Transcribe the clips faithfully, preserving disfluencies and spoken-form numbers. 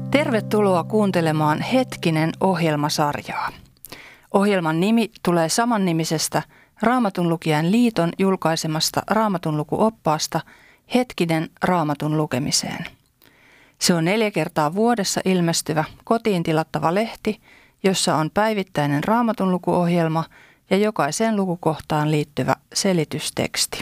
Tervetuloa kuuntelemaan Hetkinen -ohjelmasarjaa. Ohjelman nimi tulee samannimisestä Raamatunlukijain liiton julkaisemasta raamatunlukuoppaasta Hetkinen raamatun lukemiseen. Se on neljä kertaa vuodessa ilmestyvä kotiin tilattava lehti, jossa on päivittäinen raamatunlukuohjelma ja jokaiseen lukukohtaan liittyvä selitysteksti.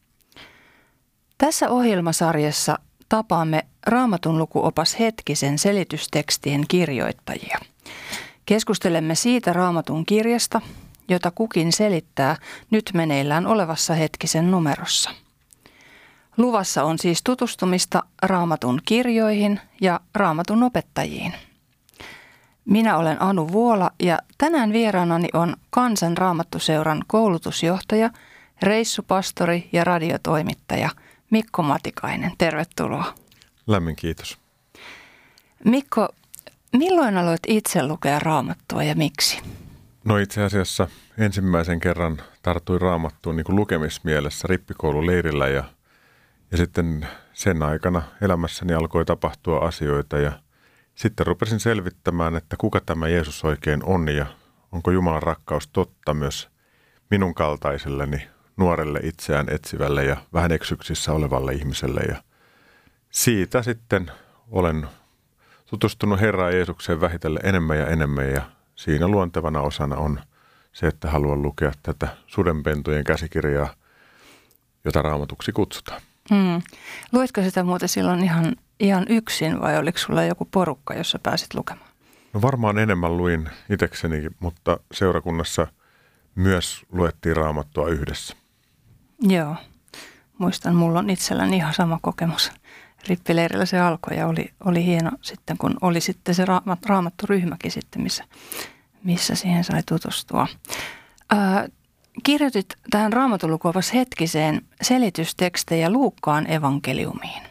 Tässä ohjelmasarjassa tapaamme Raamatunlukuopas Hetkisen selitystekstien kirjoittajia. Keskustelemme siitä Raamatun kirjasta, jota kukin selittää nyt meneillään olevassa Hetkisen numerossa. Luvassa on siis tutustumista Raamatun kirjoihin ja Raamatun opettajiin. Minä olen Anu Vuola ja tänään vieraanani on Kansan Raamattuseuran koulutusjohtaja, reissupastori ja radiotoimittaja Mikko Matikainen. Tervetuloa. Lämmin kiitos. Mikko, milloin aloit itse lukea Raamattua ja miksi? No itse asiassa ensimmäisen kerran tartuin Raamattuun niin kuin lukemismielessä rippikoululeirillä ja, ja sitten sen aikana elämässäni alkoi tapahtua asioita ja sitten rupesin selvittämään, että kuka tämä Jeesus oikein on ja onko Jumalan rakkaus totta myös minun kaltaiselleni nuorelle itseään etsivälle ja vähän eksyksissä olevalle ihmiselle. Ja siitä sitten olen tutustunut Herraan Jeesukseen vähitellen enemmän ja enemmän ja siinä luontevana osana on se, että haluan lukea tätä sudenpentujen käsikirjaa, jota Raamatuksi kutsutaan. Hmm. Luitko sitä muuten silloin ihan, ihan yksin vai oliko sulla joku porukka, jossa pääsit lukemaan? No varmaan enemmän luin itsekseni, mutta seurakunnassa myös luettiin Raamattua yhdessä. Joo. Muistan, mulla on itselläni ihan sama kokemus. Rippileirillä se alkoi ja oli, oli hieno sitten, kun oli sitten se raamat, raamatturyhmäkin sitten, missä, missä siihen sai tutustua. Ää, kirjoitit tähän Raamatunlukuopas Hetkiseen selitystekstejä Luukkaan evankeliumiin.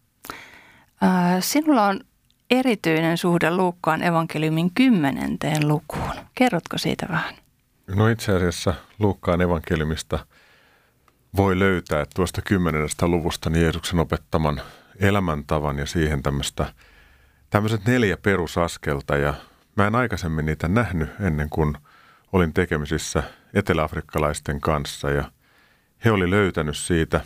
Ää, sinulla on erityinen suhde Luukkaan evankeliumin kymmenenteen lukuun. Kerrotko siitä vähän? No itse asiassa Luukkaan evankeliumista voi löytää tuosta kymmenennestä luvusta niin Jeesuksen opettaman elämäntavan ja siihen tämmöistä, tämmöiset neljä perusaskelta. Ja mä en aikaisemmin niitä nähnyt ennen kuin olin tekemisissä eteläafrikkalaisten kanssa. Ja he oli löytänyt siitä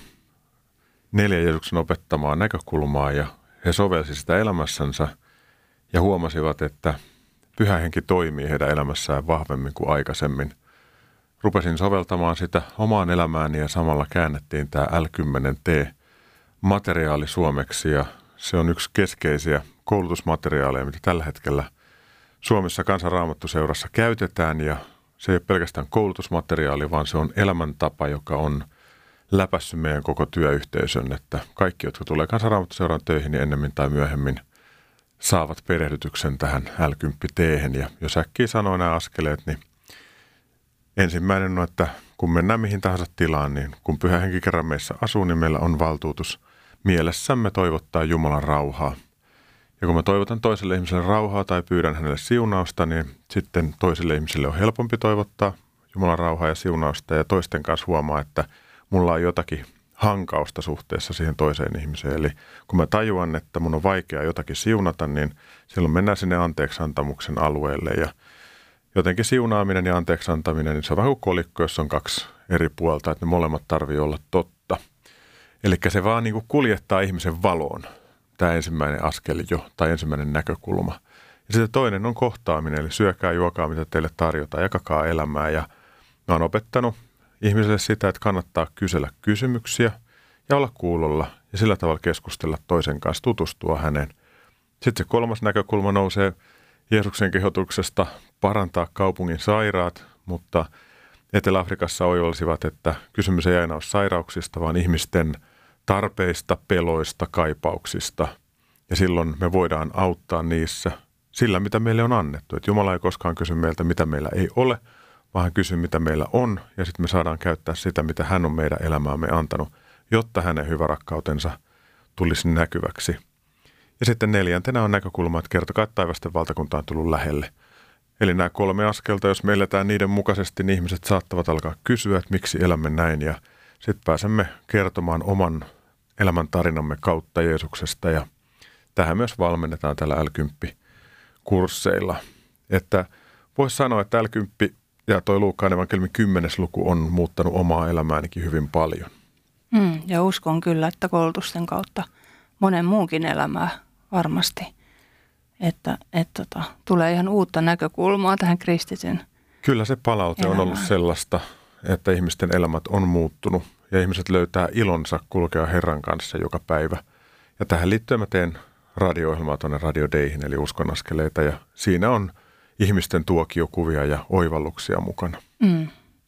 neljä Jeesuksen opettamaa näkökulmaa ja he sovelsivat sitä elämässänsä ja huomasivat, että Pyhä Henki toimii heidän elämässään vahvemmin kuin aikaisemmin. Rupesin soveltamaan sitä omaan elämääni ja samalla käännettiin tämä L kymmenen T-materiaali suomeksi ja se on yksi keskeisiä koulutusmateriaaleja, mitä tällä hetkellä Suomessa Kansan Raamattuseurassa käytetään ja se ei ole pelkästään koulutusmateriaali, vaan se on elämäntapa, joka on läpässyt meidän koko työyhteisön, että kaikki, jotka tulee Kansan Raamattuseuran töihin, niin ennemmin tai myöhemmin saavat perehdytyksen tähän L kymmenen T:hen ja jos äkkiä sanoo nämä askeleet, niin ensimmäinen on, että kun mennään mihin tahansa tilaan, niin kun Pyhä Henki kerran meissä asuu, niin meillä on valtuutus mielessämme toivottaa Jumalan rauhaa. Ja kun mä toivotan toiselle ihmiselle rauhaa tai pyydän hänelle siunausta, niin sitten toiselle ihmiselle on helpompi toivottaa Jumalan rauhaa ja siunausta. Ja toisten kanssa huomaa, että mulla on jotakin hankausta suhteessa siihen toiseen ihmiseen. Eli kun mä tajuan, että mun on vaikea jotakin siunata, niin silloin mennään sinne anteeksiantamuksen alueelle ja jotenkin siunaaminen ja anteeksi antaminen, niin se on vähän kuin kolikko, jos on kaksi eri puolta, että ne molemmat tarvii olla totta. Eli se vaan niin kuin kuljettaa ihmisen valoon, tämä ensimmäinen askel jo, tai ensimmäinen näkökulma. Ja sitten toinen on kohtaaminen, eli syökää, juokaa, mitä teille tarjotaan, jakakaa elämää. Ja mä oon opettanut ihmiselle sitä, että kannattaa kysellä kysymyksiä ja olla kuulolla ja sillä tavalla keskustella toisen kanssa, tutustua häneen. Sitten se kolmas näkökulma nousee Jeesuksen kehotuksesta parantaa kaupungin sairaat, mutta Etelä-Afrikassa oivalsivat, että kysymys ei aina ole sairauksista, vaan ihmisten tarpeista, peloista, kaipauksista. Ja silloin me voidaan auttaa niissä sillä, mitä meille on annettu. Että Jumala ei koskaan kysy meiltä, mitä meillä ei ole, vaan hän kysyy, mitä meillä on. Ja sitten me saadaan käyttää sitä, mitä hän on meidän elämäämme antanut, jotta hänen hyvä rakkautensa tulisi näkyväksi. Ja sitten neljäntenä on näkökulma, että kertokaa, että taivasten valtakunta on tullut lähelle. Eli nämä kolme askelta, jos me eletään niiden mukaisesti, niin ihmiset saattavat alkaa kysyä, että miksi elämme näin. Ja sitten pääsemme kertomaan oman elämän tarinamme kautta Jeesuksesta. Ja tähän myös valmennetaan tällä L kymmenen-kursseilla. Että voisi sanoa, että L kymmenen ja toi Luukkaan evankeliumin kymmenes luku on muuttanut omaa elämäänikin hyvin paljon. Mm, ja uskon kyllä, että koulutusten kautta monen muunkin elämää varmasti, että, että tota, tulee ihan uutta näkökulmaa tähän kristityn. Kyllä se palaute elämään on ollut sellaista, että ihmisten elämät on muuttunut ja ihmiset löytää ilonsa kulkea Herran kanssa joka päivä. Ja tähän liittyen mä teen radio-ohjelmaa tuonne Radio Dayhin, eli Uskonaskeleita, ja siinä on ihmisten tuokiokuvia ja oivalluksia mukana. Mm.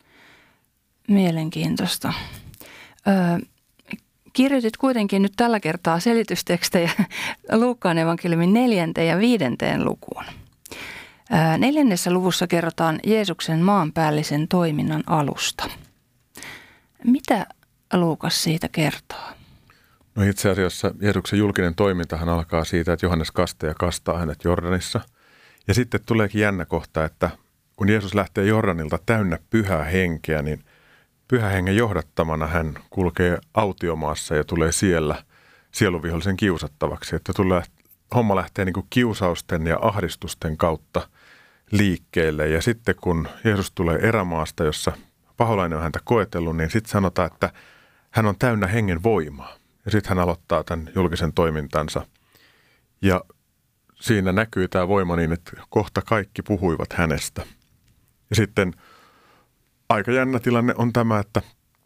Mielenkiintoista. Öö, kirjoitit kuitenkin nyt tällä kertaa selitystekstejä Luukkaan evankeliumin neljänteen ja viidenteen lukuun. Öö, neljännessä luvussa kerrotaan Jeesuksen maanpäällisen toiminnan alusta. Mitä Luukas siitä kertoo? No itse asiassa Jeesuksen julkinen toimintahan alkaa siitä, että Johannes Kastaja kastaa hänet Jordanissa. Ja sitten tuleekin jännä kohta, että kun Jeesus lähtee Jordanilta täynnä pyhää henkeä, niin pyhä hengen johdattamana hän kulkee autiomaassa ja tulee siellä sieluvihollisen kiusattavaksi. Että tulee, homma lähtee niin kuin kiusausten ja ahdistusten kautta liikkeelle. Ja sitten kun Jeesus tulee erämaasta, jossa paholainen on häntä koetellut, niin sitten sanotaan, että hän on täynnä hengen voimaa. Ja sitten hän aloittaa tämän julkisen toimintansa. Ja siinä näkyy tämä voima niin, että kohta kaikki puhuivat hänestä. Ja sitten aika jännä tilanne on tämä, että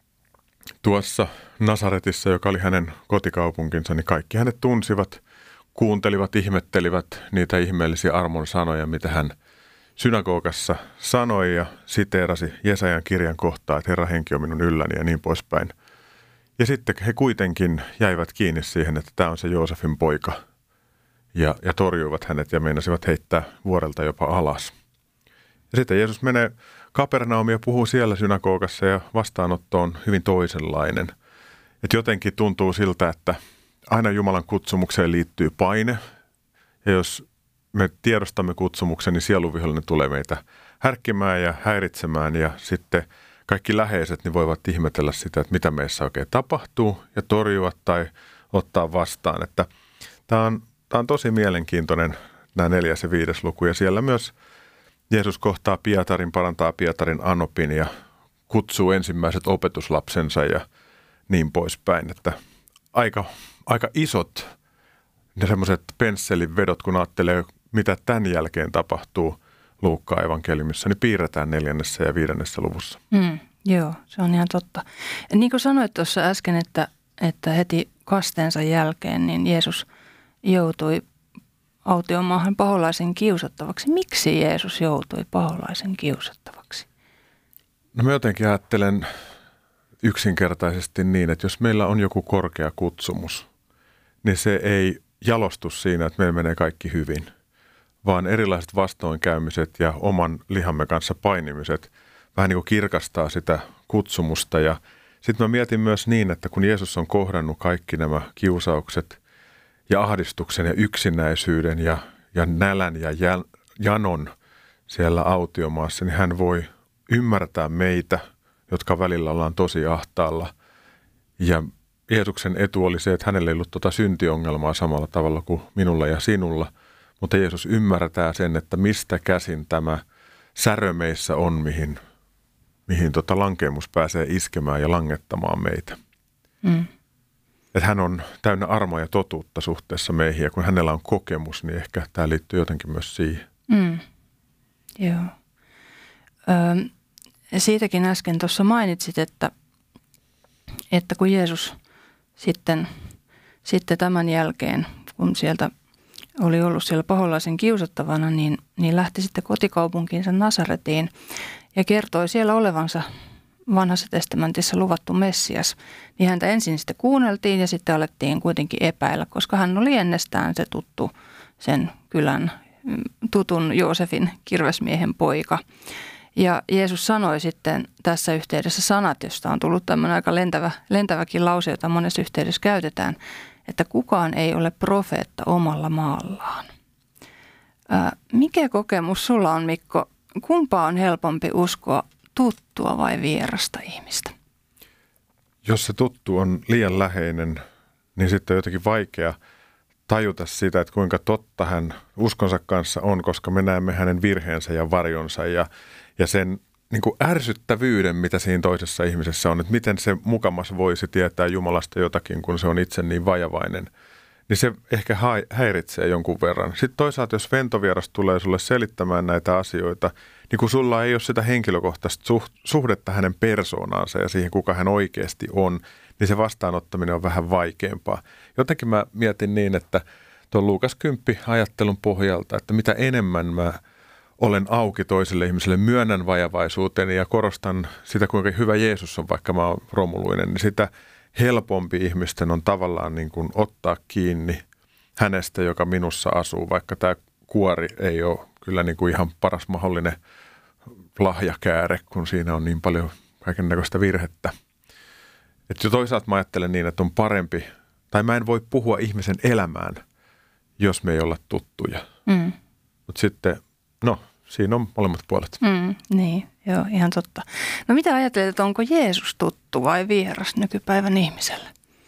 tuossa Nasaretissa, joka oli hänen kotikaupunkinsa, niin kaikki hänet tunsivat, kuuntelivat, ihmettelivät niitä ihmeellisiä armon sanoja, mitä hän synagogassa sanoi ja siteerasi Jesajan kirjan kohtaa, että Herran henki on minun ylläni ja niin poispäin. Ja sitten he kuitenkin jäivät kiinni siihen, että tämä on se Joosefin poika ja, ja torjuivat hänet ja meinasivat heittää vuorelta jopa alas. Ja sitten Jeesus menee Kapernaumia ja puhuu siellä synagogassa ja vastaanotto on hyvin toisenlainen. Että jotenkin tuntuu siltä, että aina Jumalan kutsumukseen liittyy paine ja jos me tiedostamme kutsumuksen, niin sieluvihollinen tulee meitä härkkimään ja häiritsemään ja sitten kaikki läheiset niin voivat ihmetellä sitä, että mitä meissä oikein tapahtuu ja torjua tai ottaa vastaan. Että tämä on, tämä on tosi mielenkiintoinen nämä neljäs ja viides luku ja siellä myös Jeesus kohtaa Pietarin, parantaa Pietarin anopin ja kutsuu ensimmäiset opetuslapsensa ja niin poispäin. Että aika, aika isot ne semmoiset pensselin vedot, kun ajattelee, mitä tämän jälkeen tapahtuu Luukkaan evankeliumissa, niin piirretään neljännessä ja viidennessä luvussa. Mm, joo, se on ihan totta. Ja niin kuin sanoit tuossa äsken, että, että heti kasteensa jälkeen niin Jeesus joutui autiomaahan paholaisen kiusattavaksi. Miksi Jeesus joutui paholaisen kiusattavaksi? No mä jotenkin ajattelen yksinkertaisesti niin, että jos meillä on joku korkea kutsumus, niin se ei jalostu siinä, että meillä menee kaikki hyvin, vaan erilaiset vastoinkäymiset ja oman lihamme kanssa painimiset vähän niin kuin kirkastaa sitä kutsumusta. Ja sitten mä mietin myös niin, että kun Jeesus on kohdannut kaikki nämä kiusaukset ja ahdistuksen ja yksinäisyyden ja, ja nälän ja janon siellä autiomaassa, niin hän voi ymmärtää meitä, jotka välillä ollaan tosi ahtaalla. Ja Jeesuksen etu oli se, että hänellä ei ollut tuota syntiongelmaa samalla tavalla kuin minulla ja sinulla, mutta Jeesus ymmärtää sen, että mistä käsin tämä särö meissä on, mihin, mihin tota lankeemus pääsee iskemään ja langettamaan meitä. Mm. Että hän on täynnä armoa ja totuutta suhteessa meihin, ja kun hänellä on kokemus, niin ehkä tämä liittyy jotenkin myös siihen. Mm. Joo. Ö, siitäkin äsken tuossa mainitsit, että, että kun Jeesus sitten, sitten tämän jälkeen, kun sieltä oli ollut siellä paholaisen kiusattavana, niin, niin lähti sitten kotikaupunkiinsa Nasaretiin ja kertoi siellä olevansa vanhassa testamentissa luvattu Messias. Niin häntä ensin sitten kuunneltiin ja sitten alettiin kuitenkin epäillä, koska hän oli ennestään se tuttu sen kylän tutun Joosefin kirvesmiehen poika. Ja Jeesus sanoi sitten tässä yhteydessä sanat, josta on tullut tämmöinen aika lentävä, lentäväkin lause, jota monessa yhteydessä käytetään, että kukaan ei ole profeetta omalla maallaan. Ää, mikä kokemus sulla on, Mikko? Kumpaa on helpompi uskoa, tuttua vai vierasta ihmistä? Jos se tuttu on liian läheinen, niin sitten on jotenkin vaikea tajuta sitä, että kuinka totta hän uskonsa kanssa on, koska me näemme hänen virheensä ja varjonsa ja, ja sen niin kuin ärsyttävyyden, mitä siinä toisessa ihmisessä on, että miten se mukamas voisi tietää Jumalasta jotakin, kun se on itse niin vajavainen, niin se ehkä häiritsee jonkun verran. Sitten toisaalta, jos ventovieras tulee sulle selittämään näitä asioita, niin kun sulla ei ole sitä henkilökohtaista suhdetta hänen persoonaansa ja siihen, kuka hän oikeasti on, niin se vastaanottaminen on vähän vaikeampaa. Jotenkin mä mietin niin, että tuon Luukas kymmenen ajattelun pohjalta, että mitä enemmän mä olen auki toiselle ihmiselle, myönnän vajavaisuuteni ja korostan sitä, kuinka hyvä Jeesus on, vaikka mä oon romuluinen, niin sitä helpompi ihmisten on tavallaan niin kuin ottaa kiinni hänestä, joka minussa asuu, vaikka tämä kuori ei ole kyllä niin kuin ihan paras mahdollinen lahjakääre, kun siinä on niin paljon kaikennäköistä virhettä. Että jo toisaalta mä ajattelen niin, että on parempi, tai mä en voi puhua ihmisen elämään, jos me ei olla tuttuja. Mm. Mutta sitten, no, siinä on molemmat puolet. Mm, niin, joo, ihan totta. No mitä ajattelet, että onko Jeesus tuttu vai vieras nykypäivän ihmiselle?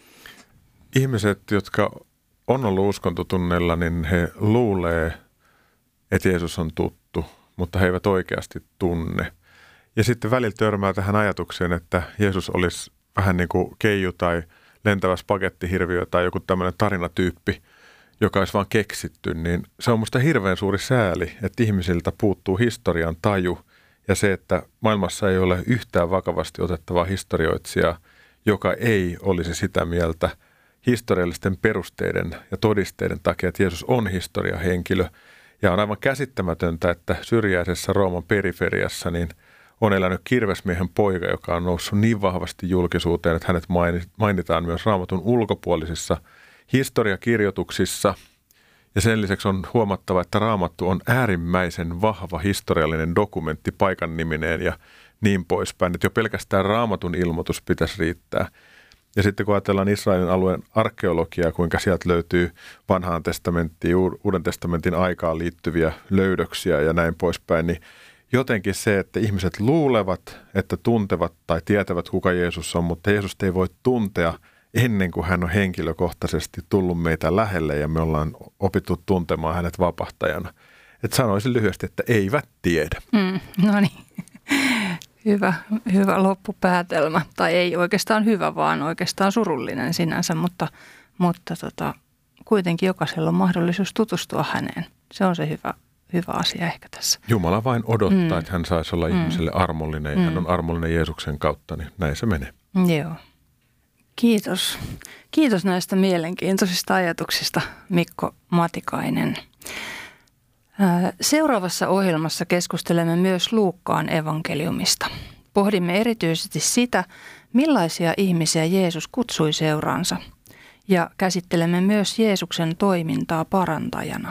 Ihmiset, jotka on ollut uskontotunneilla, niin he luulee, että Jeesus on tuttu, mutta he eivät oikeasti tunne. Ja sitten välillä törmää tähän ajatukseen, että Jeesus olisi vähän niin kuin keiju tai lentävä spagettihirviö tai joku tämmöinen tarinatyyppi, joka olisi vaan keksitty, niin se on musta hirveän suuri sääli, että ihmisiltä puuttuu historian taju ja se, että maailmassa ei ole yhtään vakavasti otettavaa historioitsijaa, joka ei olisi sitä mieltä historiallisten perusteiden ja todisteiden takia, että Jeesus on historiahenkilö. Ja on aivan käsittämätöntä, että syrjäisessä Rooman periferiassa niin on elänyt kirvesmiehen poika, joka on noussut niin vahvasti julkisuuteen, että hänet mainitaan myös Raamatun ulkopuolisissa historiakirjoituksissa. Ja sen lisäksi on huomattava, että Raamattu on äärimmäisen vahva historiallinen dokumentti paikan nimineen ja niin poispäin. Että jo pelkästään Raamatun ilmoitus pitäisi riittää. Ja sitten kun ajatellaan Israelin alueen arkeologiaa, kuinka sieltä löytyy vanhaan testamenttiin, uuden testamentin aikaan liittyviä löydöksiä ja näin poispäin, niin jotenkin se, että ihmiset luulevat, että tuntevat tai tietävät, kuka Jeesus on, mutta Jeesus ei voi tuntea ennen kuin hän on henkilökohtaisesti tullut meitä lähelle ja me ollaan opittu tuntemaan hänet vapahtajana. Että sanoisin lyhyesti, että eivät tiedä. Mm, no niin, hyvä, hyvä loppupäätelmä. Tai ei oikeastaan hyvä, vaan oikeastaan surullinen sinänsä, mutta, mutta tota, kuitenkin jokaisella on mahdollisuus tutustua häneen. Se on se hyvä, hyvä asia ehkä tässä. Jumala vain odottaa, mm. että hän saisi olla mm. ihmiselle armollinen ja mm. hän on armollinen Jeesuksen kautta, niin näin se menee. Joo. Kiitos. Kiitos näistä mielenkiintoisista ajatuksista, Mikko Matikainen. Seuraavassa ohjelmassa keskustelemme myös Luukkaan evankeliumista. Pohdimme erityisesti sitä, millaisia ihmisiä Jeesus kutsui seuraansa, ja käsittelemme myös Jeesuksen toimintaa parantajana.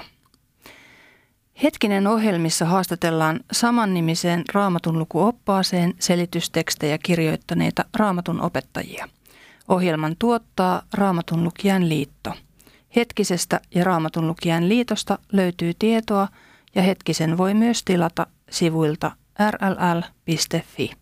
Hetkinen ohjelmissa haastatellaan samannimiseen Raamatun lukuoppaaseen selitystekstejä kirjoittaneita Raamatun opettajia. Ohjelman tuottaa Raamatun lukijan liitto. Hetkisestä ja Raamatun lukijan liitosta löytyy tietoa ja Hetkisen voi myös tilata sivuilta r l l piste f i.